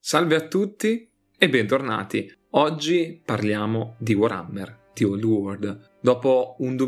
Salve a tutti e bentornati. Oggi parliamo di Warhammer, di Old World. Dopo un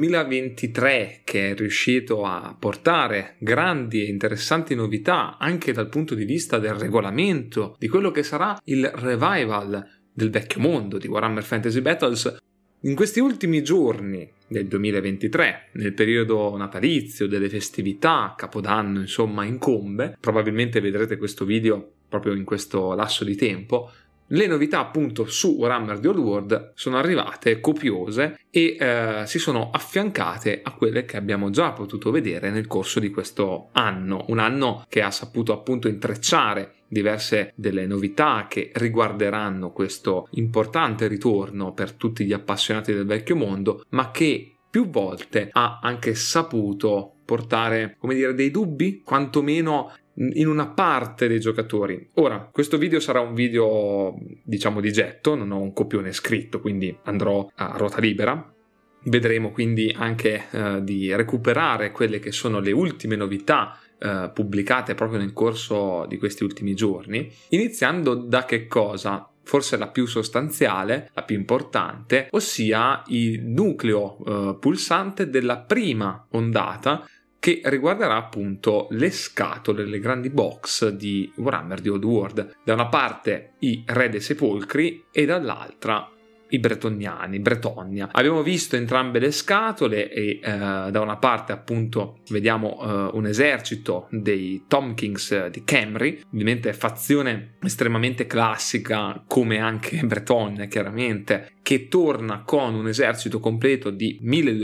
2023 che è riuscito a portare grandi e interessanti novità anche dal punto di vista del regolamento, di quello che sarà il revival del vecchio mondo di Warhammer Fantasy Battles, in questi ultimi giorni del 2023, nel periodo natalizio, delle festività, Capodanno, insomma, incombe, probabilmente vedrete questo video proprio in questo lasso di tempo, le novità appunto su Warhammer di Old World sono arrivate copiose e si sono affiancate a quelle che abbiamo già potuto vedere nel corso di questo anno, un anno che ha saputo appunto intrecciare diverse delle novità che riguarderanno questo importante ritorno per tutti gli appassionati del vecchio mondo, ma che più volte ha anche saputo portare, come dire, dei dubbi, quantomeno in una parte dei giocatori. Ora, questo video sarà un video, diciamo, di getto, non ho un copione scritto, quindi andrò a ruota libera. Vedremo quindi anche di recuperare quelle che sono le ultime novità pubblicate proprio nel corso di questi ultimi giorni, iniziando da che cosa? Forse la più sostanziale, la più importante, ossia il nucleo pulsante della prima ondata che riguarderà appunto le scatole, le grandi box di Warhammer di Old World. Da una parte i Re dei Sepolcri e dall'altra i Bretoniani, Bretonia. Abbiamo visto entrambe le scatole e da una parte appunto vediamo un esercito dei Tomkins di Khemri, ovviamente fazione estremamente classica come anche Bretonia chiaramente, che torna con un esercito completo di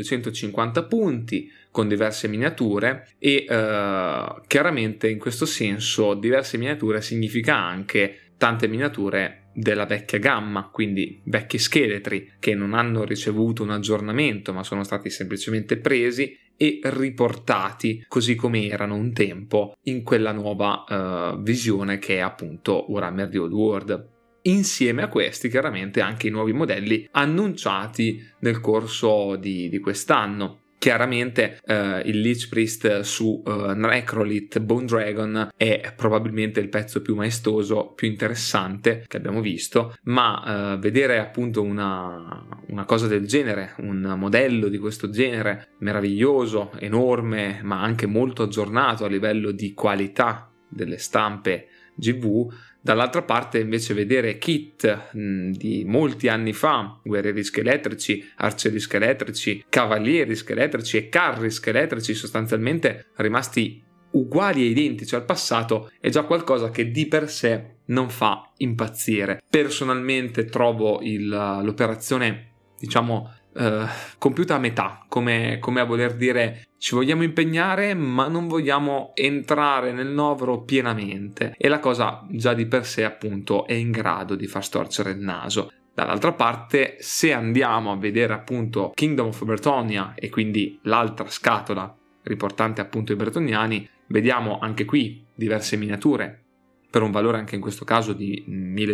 1250 punti con diverse miniature e chiaramente in questo senso diverse miniature significa anche tante miniature della vecchia gamma, quindi vecchi scheletri che non hanno ricevuto un aggiornamento ma sono stati semplicemente presi e riportati così come erano un tempo in quella nuova visione che è appunto Warhammer di Old World. Insieme a questi chiaramente anche i nuovi modelli annunciati nel corso di quest'anno. Chiaramente il Lich Priest su Necrolith Bone Dragon è probabilmente il pezzo più maestoso, più interessante che abbiamo visto, ma vedere appunto una cosa del genere, un modello di questo genere meraviglioso, enorme, ma anche molto aggiornato a livello di qualità delle stampe GV. Dall'altra parte invece vedere kit di molti anni fa, guerrieri scheletrici, arcieri scheletrici, cavalieri scheletrici e carri scheletrici sostanzialmente rimasti uguali e identici al passato, è già qualcosa che di per sé non fa impazzire. Personalmente trovo l'operazione, diciamo, compiuta a metà, come a voler dire ci vogliamo impegnare ma non vogliamo entrare nel novero pienamente, e la cosa già di per sé appunto è in grado di far storcere il naso. Dall'altra parte, se andiamo a vedere appunto Kingdom of Bretonia e quindi l'altra scatola riportante appunto i bretoniani, vediamo anche qui diverse miniature per un valore anche in questo caso di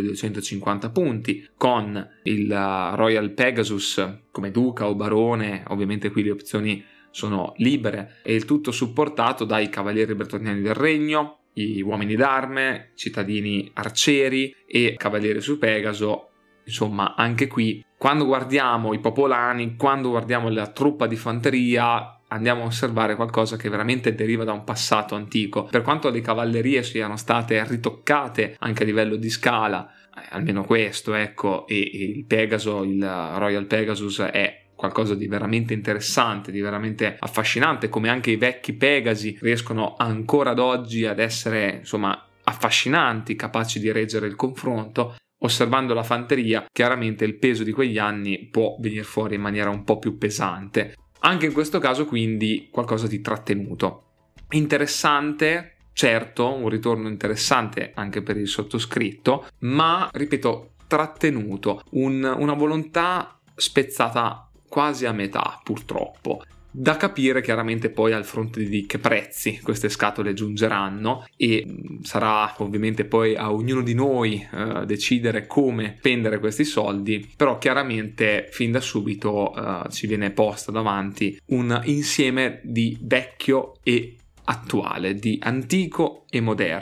1250 punti, con il Royal Pegasus come duca o barone, ovviamente qui le opzioni sono libere, e il tutto supportato dai cavalieri bretoniani del regno, gli uomini d'arme, cittadini arcieri e cavalieri su Pegaso. Insomma, anche qui, quando guardiamo i popolani, quando guardiamo la truppa di fanteria, andiamo a osservare qualcosa che veramente deriva da un passato antico. Per quanto le cavallerie siano state ritoccate anche a livello di scala, almeno questo, ecco, e il Pegaso, il Royal Pegasus è qualcosa di veramente interessante, di veramente affascinante, come anche i vecchi Pegasi riescono ancora ad oggi ad essere, insomma, affascinanti, capaci di reggere il confronto. Osservando la fanteria, chiaramente il peso di quegli anni può venire fuori in maniera un po' più pesante. Anche in questo caso quindi qualcosa di trattenuto. Interessante, certo, un ritorno interessante anche per il sottoscritto, ma, ripeto, trattenuto, una volontà spezzata quasi a metà, purtroppo. Da capire chiaramente poi al fronte di che prezzi queste scatole giungeranno, e sarà ovviamente poi a ognuno di noi decidere come spendere questi soldi, però chiaramente fin da subito ci viene posto davanti un insieme di vecchio e attuale, di antico e moderno.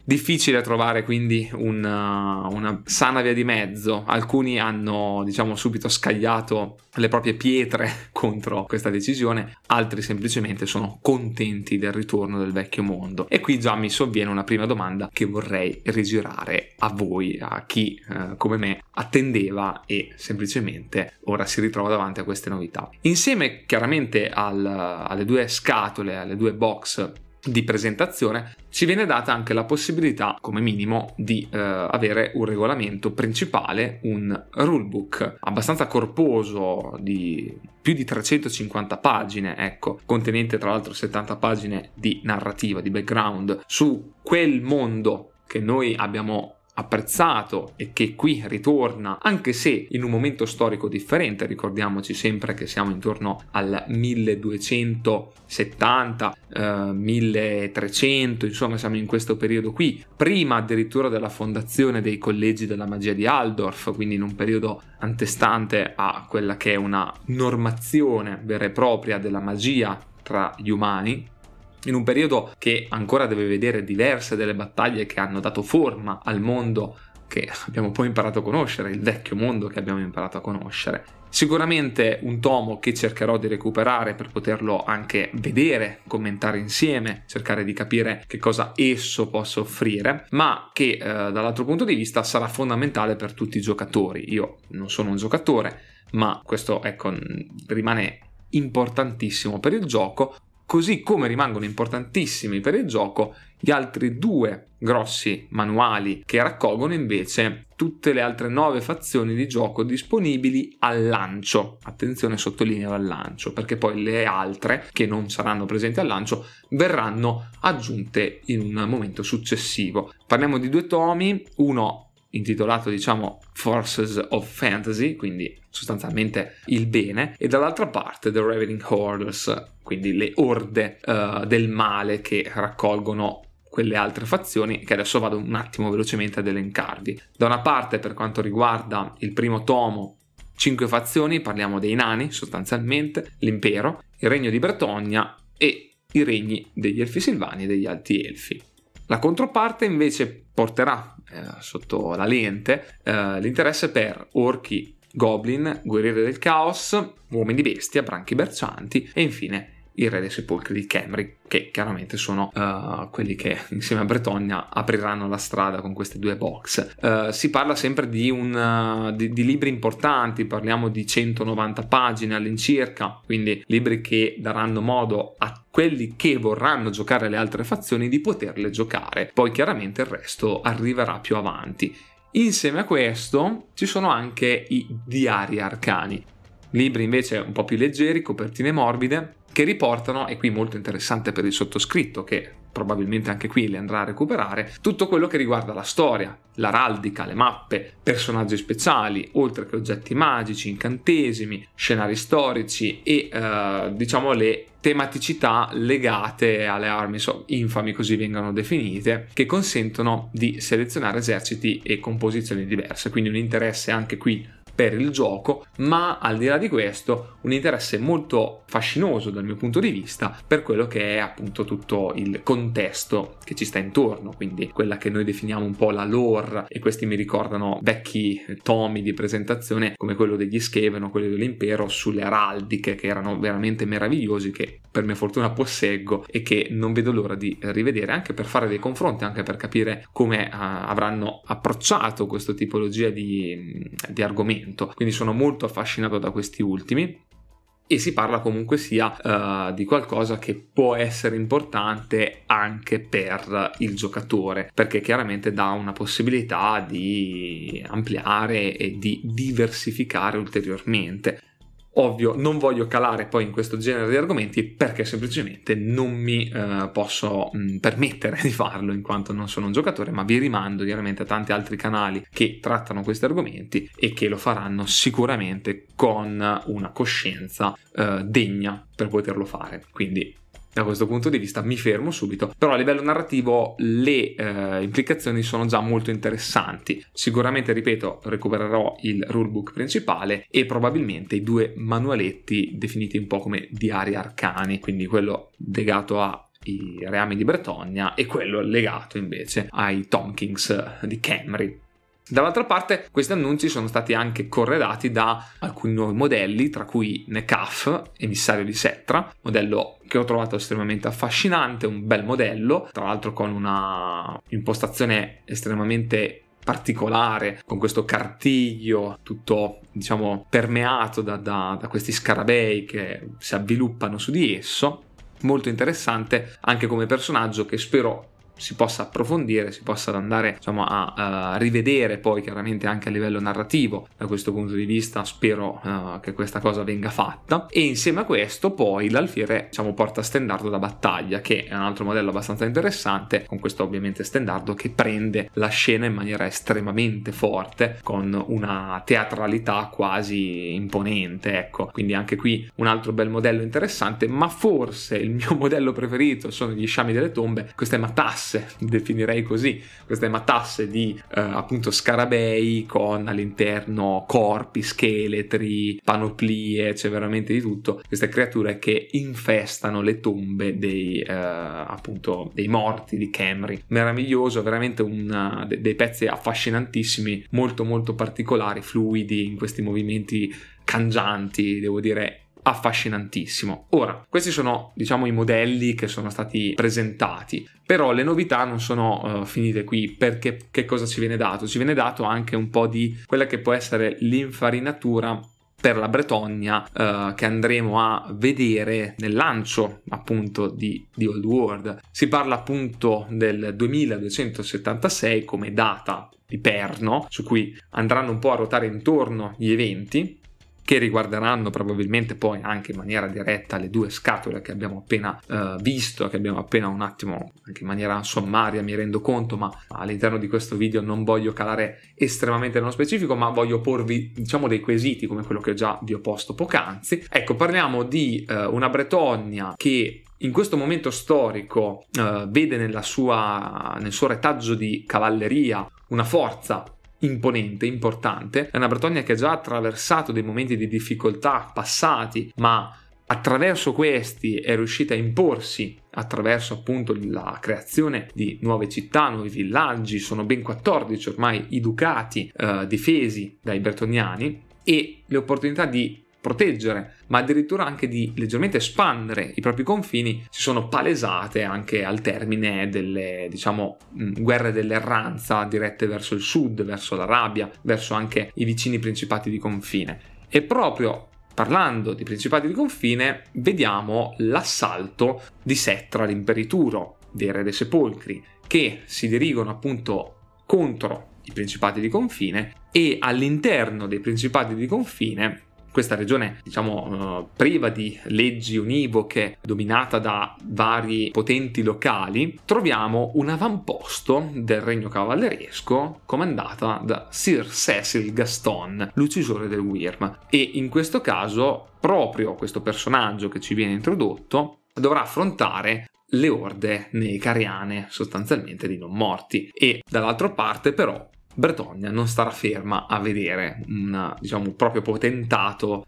Difficile trovare quindi una sana via di mezzo. Alcuni hanno, diciamo, subito scagliato le proprie pietre contro questa decisione, altri semplicemente sono contenti del ritorno del vecchio mondo. E qui già mi sovviene una prima domanda che vorrei rigirare a voi, a chi come me attendeva e semplicemente ora si ritrova davanti a queste novità. Insieme chiaramente alle due scatole, alle due box di presentazione, ci viene data anche la possibilità, come minimo, di avere un regolamento principale, un rulebook abbastanza corposo di più di 350 pagine, ecco, contenente tra l'altro 70 pagine di narrativa, di background su quel mondo che noi abbiamo apprezzato e che qui ritorna, anche se in un momento storico differente. Ricordiamoci sempre che siamo intorno al 1270, 1300, insomma siamo in questo periodo qui, prima addirittura della fondazione dei collegi della magia di Altdorf, quindi in un periodo antestante a quella che è una normazione vera e propria della magia tra gli umani, in un periodo che ancora deve vedere diverse delle battaglie che hanno dato forma al mondo che abbiamo poi imparato a conoscere, il vecchio mondo che abbiamo imparato a conoscere. Sicuramente un tomo che cercherò di recuperare per poterlo anche vedere, commentare insieme, cercare di capire che cosa esso possa offrire, ma che dall'altro punto di vista sarà fondamentale per tutti i giocatori. Io non sono un giocatore, ma questo, ecco, rimane importantissimo per il gioco, così come rimangono importantissimi per il gioco gli altri due grossi manuali che raccolgono invece tutte le altre 9 fazioni di gioco disponibili al lancio. Attenzione, sottolineo al lancio, perché poi le altre che non saranno presenti al lancio verranno aggiunte in un momento successivo. Parliamo di 2 tomi, uno intitolato, diciamo, Forces of Fantasy, quindi sostanzialmente il bene, e dall'altra parte The Ravening Hordes, quindi le orde del male che raccolgono quelle altre fazioni, che adesso vado un attimo velocemente ad elencarvi. Da una parte, per quanto riguarda il primo tomo, 5 fazioni, parliamo dei nani sostanzialmente, l'impero, il regno di Bretogna e i regni degli elfi silvani e degli alti elfi. La controparte invece porterà sotto la lente l'interesse per orchi, goblin, guerrieri del caos, uomini bestia, branchi bercianti e infine il re dei sepolcri di Khemri, che chiaramente sono quelli che insieme a Bretogna apriranno la strada con queste 2 box. Si parla sempre di libri importanti, parliamo di 190 pagine all'incirca, quindi libri che daranno modo a quelli che vorranno giocare le altre fazioni di poterle giocare. Poi chiaramente il resto arriverà più avanti. Insieme a questo ci sono anche i diari arcani, libri invece un po' più leggeri, copertine morbide, che riportano, e qui molto interessante per il sottoscritto che probabilmente anche qui le andrà a recuperare, tutto quello che riguarda la storia, l'araldica, le mappe, personaggi speciali, oltre che oggetti magici, incantesimi, scenari storici e diciamo le tematicità legate alle armi infami, così vengono definite, che consentono di selezionare eserciti e composizioni diverse, quindi un interesse anche qui per il gioco, ma al di là di questo un interesse molto fascinoso dal mio punto di vista per quello che è appunto tutto il contesto che ci sta intorno, quindi quella che noi definiamo un po' la lore, e questi mi ricordano vecchi tomi di presentazione come quello degli Skaven o quello dell'impero sulle araldiche, che erano veramente meravigliosi, che per mia fortuna posseggo e che non vedo l'ora di rivedere, anche per fare dei confronti, anche per capire come avranno approcciato questa tipologia di argomento. Quindi sono molto affascinato da questi ultimi, e si parla comunque sia di qualcosa che può essere importante anche per il giocatore, perché chiaramente dà una possibilità di ampliare e di diversificare ulteriormente. Ovvio, non voglio calare poi in questo genere di argomenti perché semplicemente non mi posso permettere di farlo in quanto non sono un giocatore, ma vi rimando chiaramente a tanti altri canali che trattano questi argomenti e che lo faranno sicuramente con una coscienza degna per poterlo fare. Quindi da questo punto di vista mi fermo subito, però a livello narrativo le implicazioni sono già molto interessanti. Sicuramente, ripeto, recupererò il rulebook principale e probabilmente i 2 manualetti definiti un po' come diari arcani, quindi quello legato a i reami di Bretogna e quello legato invece ai Tompkins di Camry. Dall'altra parte, questi annunci sono stati anche corredati da alcuni nuovi modelli, tra cui Necaf, emissario di Settra, modello che ho trovato estremamente affascinante, un bel modello, tra l'altro con una impostazione estremamente particolare, con questo cartiglio tutto, diciamo, permeato da questi scarabei che si avviluppano su di esso. Molto interessante anche come personaggio, che spero si possa approfondire, si possa andare, diciamo, a rivedere poi chiaramente anche a livello narrativo. Da questo punto di vista spero che questa cosa venga fatta. E insieme a questo poi l'Alfiere, diciamo, porta stendardo da battaglia, che è un altro modello abbastanza interessante, con questo ovviamente stendardo che prende la scena in maniera estremamente forte, con una teatralità quasi imponente, ecco. Quindi anche qui un altro bel modello interessante, ma forse il mio modello preferito sono gli sciami delle tombe, queste matasse, definirei così, queste matasse di appunto scarabei con all'interno corpi, scheletri, panoplie, c'è veramente di tutto, queste creature che infestano le tombe dei appunto dei morti di Camry. Meraviglioso, veramente dei pezzi affascinantissimi, molto molto particolari, fluidi, in questi movimenti cangianti, devo dire affascinantissimo. Ora, questi sono, diciamo, i modelli che sono stati presentati, però le novità non sono finite qui, perché che cosa ci viene dato? Ci viene dato anche un po' di quella che può essere l'infarinatura per la Bretogna che andremo a vedere nel lancio appunto di Old World. Si parla appunto del 2276 come data di perno su cui andranno un po' a ruotare intorno gli eventi, che riguarderanno probabilmente poi anche in maniera diretta le due scatole che abbiamo appena visto, che abbiamo appena un attimo, anche in maniera sommaria mi rendo conto, ma all'interno di questo video non voglio calare estremamente nello specifico, ma voglio porvi, diciamo, dei quesiti come quello che già vi ho posto poc'anzi. Ecco, parliamo di una Bretogna che in questo momento storico vede nel suo retaggio di cavalleria una forza imponente, importante. È una Bretogna che ha già attraversato dei momenti di difficoltà passati, ma attraverso questi è riuscita a imporsi attraverso appunto la creazione di nuove città, nuovi villaggi. Sono ben 14 ormai i ducati difesi dai bretoniani, e le opportunità di proteggere, ma addirittura anche di leggermente espandere i propri confini si sono palesate anche al termine delle, diciamo, guerre dell'erranza dirette verso il sud, verso l'Arabia, verso anche i vicini principati di confine. E proprio parlando di principati di confine, vediamo l'assalto di Settra, l'imperituro dei Re dei Sepolcri, che si dirigono appunto contro i principati di confine, e all'interno dei principati di confine, questa regione, diciamo, priva di leggi univoche, dominata da vari potenti locali, troviamo un avamposto del regno cavalleresco comandata da Sir Cecil Gaston, l'uccisore del Wyrm. E in questo caso proprio questo personaggio che ci viene introdotto dovrà affrontare le orde neicariane, sostanzialmente di non morti. E dall'altra parte però Bretogna non starà ferma a vedere un proprio potentato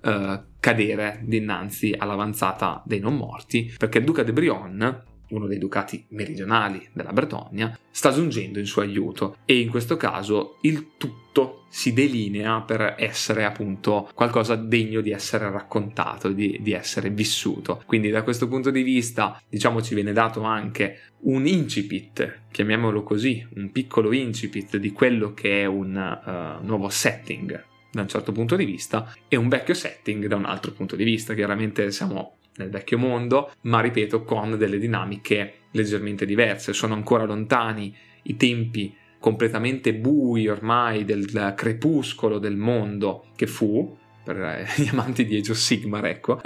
cadere dinanzi all'avanzata dei non morti, perché il duca de Brion, uno dei ducati meridionali della Bretogna, sta giungendo in suo aiuto, e in questo caso il tutto si delinea per essere appunto qualcosa degno di essere raccontato, di essere vissuto. Quindi da questo punto di vista, diciamo, ci viene dato anche un incipit, chiamiamolo così, un piccolo incipit di quello che è un nuovo setting da un certo punto di vista, e un vecchio setting da un altro punto di vista. Chiaramente siamo nel vecchio mondo, ma ripeto, con delle dinamiche leggermente diverse. Sono ancora lontani i tempi completamente bui ormai del crepuscolo del mondo che fu per gli amanti di Age of Sigmar, ecco,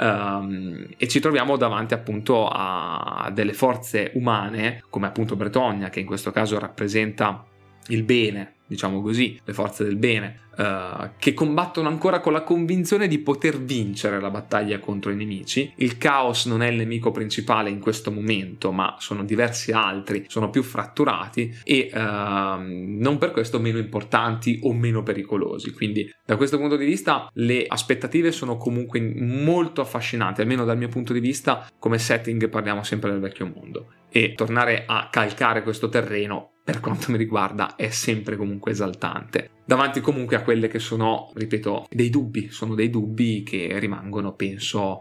e ci troviamo davanti appunto a delle forze umane come appunto Bretogna, che in questo caso rappresenta il bene, diciamo così, le forze del bene, che combattono ancora con la convinzione di poter vincere la battaglia contro i nemici. Il caos non è il nemico principale in questo momento, ma sono diversi altri, sono più fratturati e non per questo meno importanti o meno pericolosi. Quindi da questo punto di vista le aspettative sono comunque molto affascinanti, almeno dal mio punto di vista. Come setting parliamo sempre del vecchio mondo. e tornare a calcare questo terreno, per quanto mi riguarda, è sempre comunque esaltante. Davanti comunque a quelle che sono, ripeto, dei dubbi che rimangono, penso,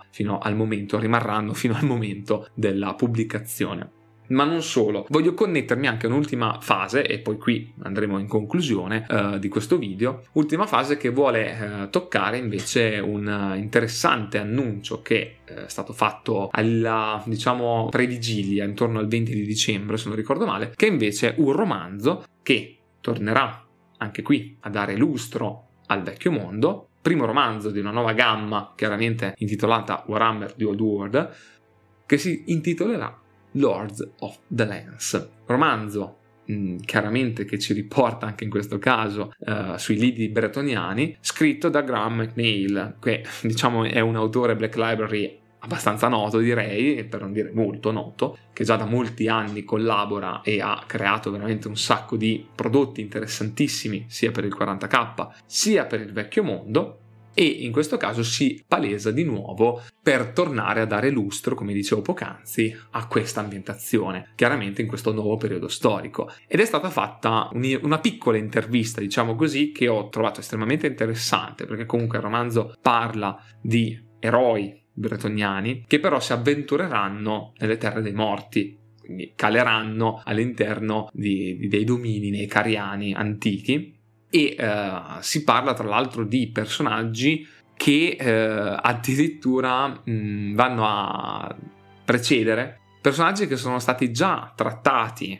rimarranno fino al momento della pubblicazione. Ma non solo, voglio connettermi anche a un'ultima fase, e poi qui andremo in conclusione di questo video, ultima fase che vuole toccare invece un interessante annuncio che è stato fatto alla, previgilia, intorno al 20 di dicembre, se non ricordo male, che è invece un romanzo che tornerà anche qui a dare lustro al vecchio mondo, primo romanzo di una nuova gamma, chiaramente intitolata Warhammer The Old World, che si intitolerà Lords of the Lance, romanzo chiaramente che ci riporta anche in questo caso sui lidi bretoniani, scritto da Graeme McNeill, che è un autore Black Library abbastanza noto, direi, per non dire molto noto, che già da molti anni collabora e ha creato veramente un sacco di prodotti interessantissimi sia per il 40k sia per il vecchio mondo, e in questo caso si palesa di nuovo per tornare a dare lustro, come dicevo poc'anzi, a questa ambientazione, chiaramente in questo nuovo periodo storico. Ed è stata fatta una piccola intervista, diciamo così, che ho trovato estremamente interessante, perché comunque il romanzo parla di eroi bretoniani che però si avventureranno nelle terre dei morti, quindi caleranno all'interno dei domini neicariani antichi. E si parla tra l'altro di personaggi che addirittura vanno a precedere personaggi che sono stati già trattati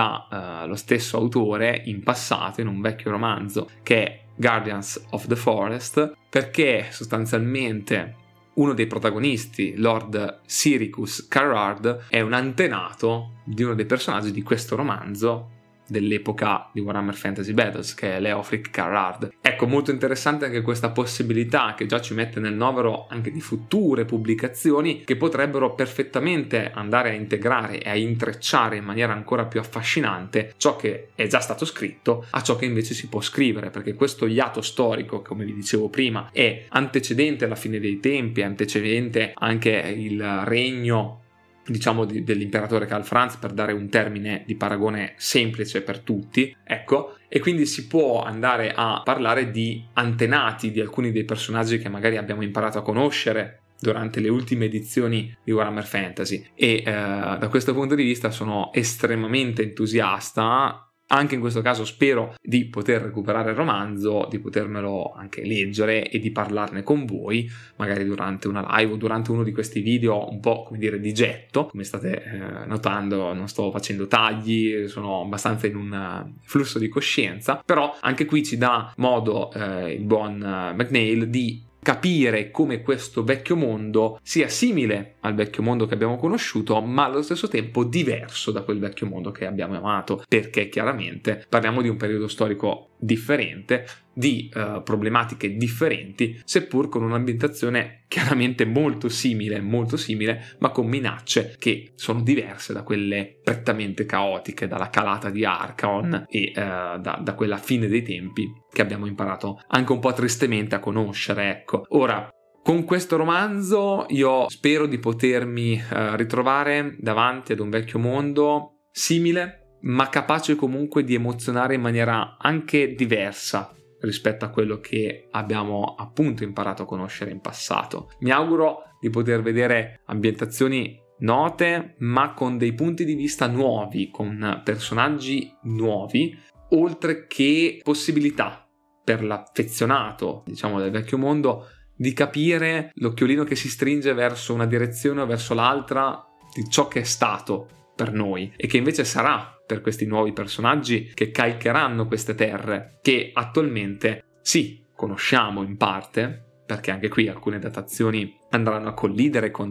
da lo stesso autore in passato in un vecchio romanzo che è Guardians of the Forest, perché sostanzialmente uno dei protagonisti, Lord Siricus Carrard, è un antenato di uno dei personaggi di questo romanzo dell'epoca di Warhammer Fantasy Battles, che è Leofric Carrard. Ecco, molto interessante anche questa possibilità che già ci mette nel novero anche di future pubblicazioni che potrebbero perfettamente andare a integrare e a intrecciare in maniera ancora più affascinante ciò che è già stato scritto a ciò che invece si può scrivere, perché questo iato storico, come vi dicevo prima, è antecedente alla fine dei tempi, è antecedente anche il regno dell'imperatore Karl Franz, per dare un termine di paragone semplice per tutti, ecco, e quindi si può andare a parlare di antenati di alcuni dei personaggi che magari abbiamo imparato a conoscere durante le ultime edizioni di Warhammer Fantasy, e da questo punto di vista sono estremamente entusiasta. Anche in questo caso spero di poter recuperare il romanzo, di potermelo anche leggere e di parlarne con voi, magari durante una live o durante uno di questi video un po', come dire, di getto. Come state notando, non sto facendo tagli, sono abbastanza in un flusso di coscienza, però anche qui ci dà modo il buon McNeill di capire come questo vecchio mondo sia simile al vecchio mondo che abbiamo conosciuto, ma allo stesso tempo diverso da quel vecchio mondo che abbiamo amato, perché chiaramente parliamo di un periodo storico differente, di problematiche differenti, seppur con un'ambientazione chiaramente molto simile, ma con minacce che sono diverse da quelle prettamente caotiche, dalla calata di Archaon e da quella fine dei tempi che abbiamo imparato anche un po' tristemente a conoscere, ecco. Ora, con questo romanzo io spero di potermi ritrovare davanti ad un vecchio mondo simile, ma capace comunque di emozionare in maniera anche diversa rispetto a quello che abbiamo appunto imparato a conoscere in passato. Mi auguro di poter vedere ambientazioni note, ma con dei punti di vista nuovi, con personaggi nuovi, oltre che possibilità per l'affezionato, del vecchio mondo, di capire l'occhiolino che si stringe verso una direzione o verso l'altra di ciò che è stato per noi e che invece sarà per questi nuovi personaggi che calcheranno queste terre che attualmente sì, conosciamo in parte, perché anche qui alcune datazioni andranno a collidere con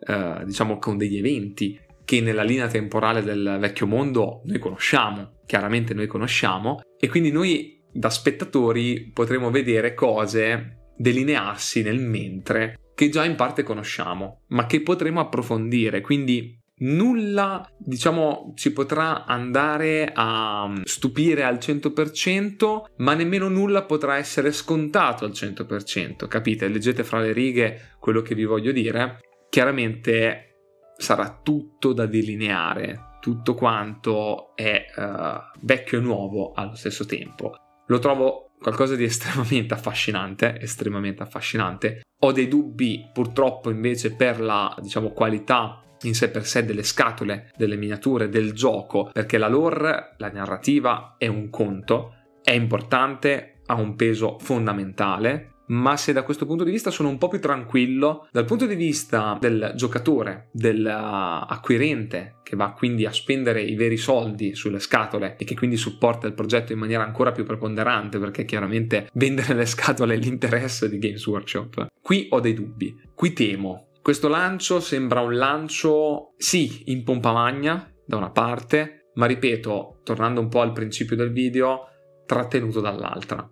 con degli eventi che nella linea temporale del vecchio mondo noi conosciamo, chiaramente noi conosciamo, e quindi noi da spettatori potremo vedere cose delinearsi nel mentre che già in parte conosciamo, ma che potremo approfondire, quindi nulla, ci potrà andare a stupire al 100%, ma nemmeno nulla potrà essere scontato al 100%, capite? Leggete fra le righe quello che vi voglio dire. Chiaramente sarà tutto da delineare, tutto quanto è vecchio e nuovo allo stesso tempo. Lo trovo qualcosa di estremamente affascinante. Ho dei dubbi purtroppo invece per la, diciamo, qualità in sé per sé delle scatole, delle miniature, del gioco, perché la lore, la narrativa è un conto, è importante, ha un peso fondamentale, ma se da questo punto di vista sono un po' più tranquillo, dal punto di vista del giocatore, dell'acquirente, che va quindi a spendere i veri soldi sulle scatole e che quindi supporta il progetto in maniera ancora più preponderante, perché chiaramente vendere le scatole è l'interesse di Games Workshop. Qui ho dei dubbi, qui temo. Questo lancio sembra un lancio, sì, in pompa magna, da una parte, ma ripeto, tornando un po' al principio del video, trattenuto dall'altra.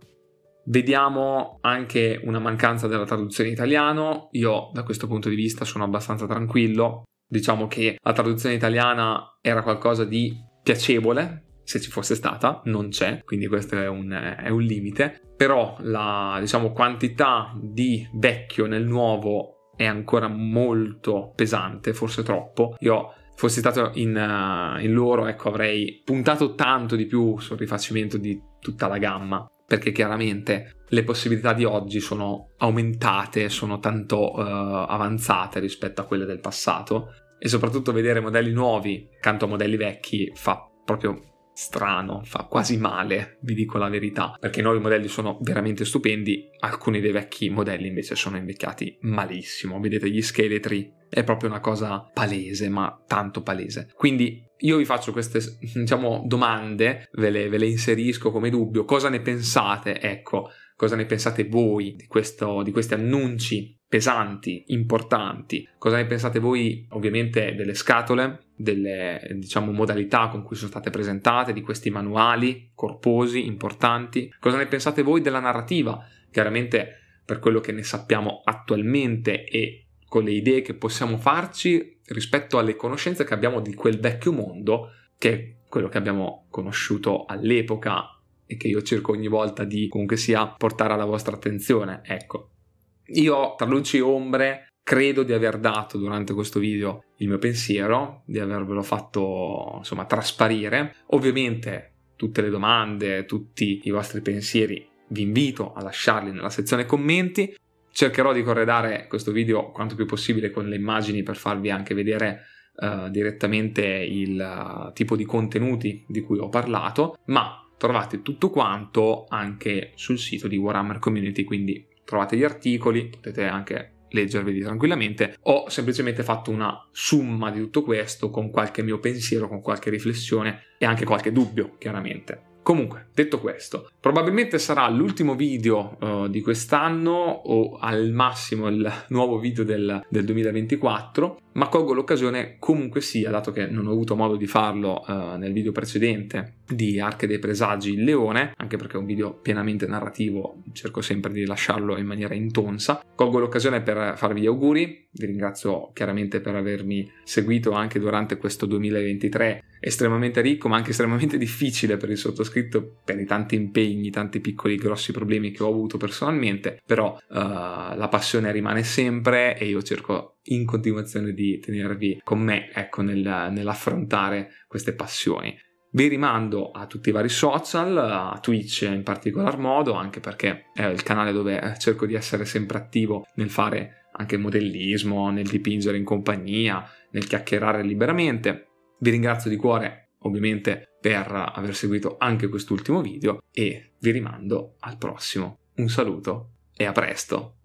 Vediamo anche una mancanza della traduzione in italiano. Io da questo punto di vista sono abbastanza tranquillo. Diciamo che la traduzione italiana era qualcosa di piacevole, se ci fosse stata, non c'è, quindi questo è un limite. Però la, diciamo, quantità di vecchio nel nuovo è ancora molto pesante, forse troppo. Io fossi stato in loro, ecco, avrei puntato tanto di più sul rifacimento di tutta la gamma, perché chiaramente le possibilità di oggi sono aumentate, sono tanto avanzate rispetto a quelle del passato, e soprattutto vedere modelli nuovi accanto a modelli vecchi fa proprio strano, fa quasi male, vi dico la verità, perché i nuovi modelli sono veramente stupendi, alcuni dei vecchi modelli invece sono invecchiati malissimo. Vedete gli scheletri, è proprio una cosa palese, ma tanto palese. Quindi io vi faccio queste, diciamo, domande, ve le inserisco come dubbio. Cosa ne pensate? Ecco, cosa ne pensate voi di questi annunci pesanti, importanti? Cosa ne pensate voi, ovviamente, delle scatole, delle, diciamo, modalità con cui sono state presentate, di questi manuali corposi, importanti? Cosa ne pensate voi della narrativa? Chiaramente, per quello che ne sappiamo attualmente e con le idee che possiamo farci rispetto alle conoscenze che abbiamo di quel vecchio mondo, che è quello che abbiamo conosciuto all'epoca e che io cerco ogni volta di comunque sia portare alla vostra attenzione. Ecco, io tra luci e ombre credo di aver dato durante questo video il mio pensiero, di avervelo fatto, insomma, trasparire. Ovviamente tutte le domande, tutti i vostri pensieri vi invito a lasciarli nella sezione commenti. Cercherò di corredare questo video quanto più possibile con le immagini per farvi anche vedere direttamente il tipo di contenuti di cui ho parlato, ma trovate tutto quanto anche sul sito di Warhammer Community, quindi trovate gli articoli, potete anche leggerveli tranquillamente. Ho semplicemente fatto una somma di tutto questo con qualche mio pensiero, con qualche riflessione e anche qualche dubbio, chiaramente. Comunque, detto questo, probabilmente sarà l'ultimo video di quest'anno o al massimo il nuovo video del 2024, ma colgo l'occasione comunque sia, dato che non ho avuto modo di farlo nel video precedente di Arche dei Presagi il Leone, anche perché è un video pienamente narrativo, cerco sempre di lasciarlo in maniera intonsa. Colgo l'occasione per farvi gli auguri, vi ringrazio chiaramente per avermi seguito anche durante questo 2023 estremamente ricco, ma anche estremamente difficile per il sottoscritto, per i tanti impegni, tanti piccoli e grossi problemi che ho avuto personalmente, però la passione rimane sempre e io cerco in continuazione di tenervi con me, ecco, nell'affrontare queste passioni. Vi rimando a tutti i vari social, a Twitch in particolar modo, anche perché è il canale dove cerco di essere sempre attivo nel fare anche modellismo, nel dipingere in compagnia, nel chiacchierare liberamente. Vi ringrazio di cuore, ovviamente, per aver seguito anche quest'ultimo video e vi rimando al prossimo. Un saluto e a presto!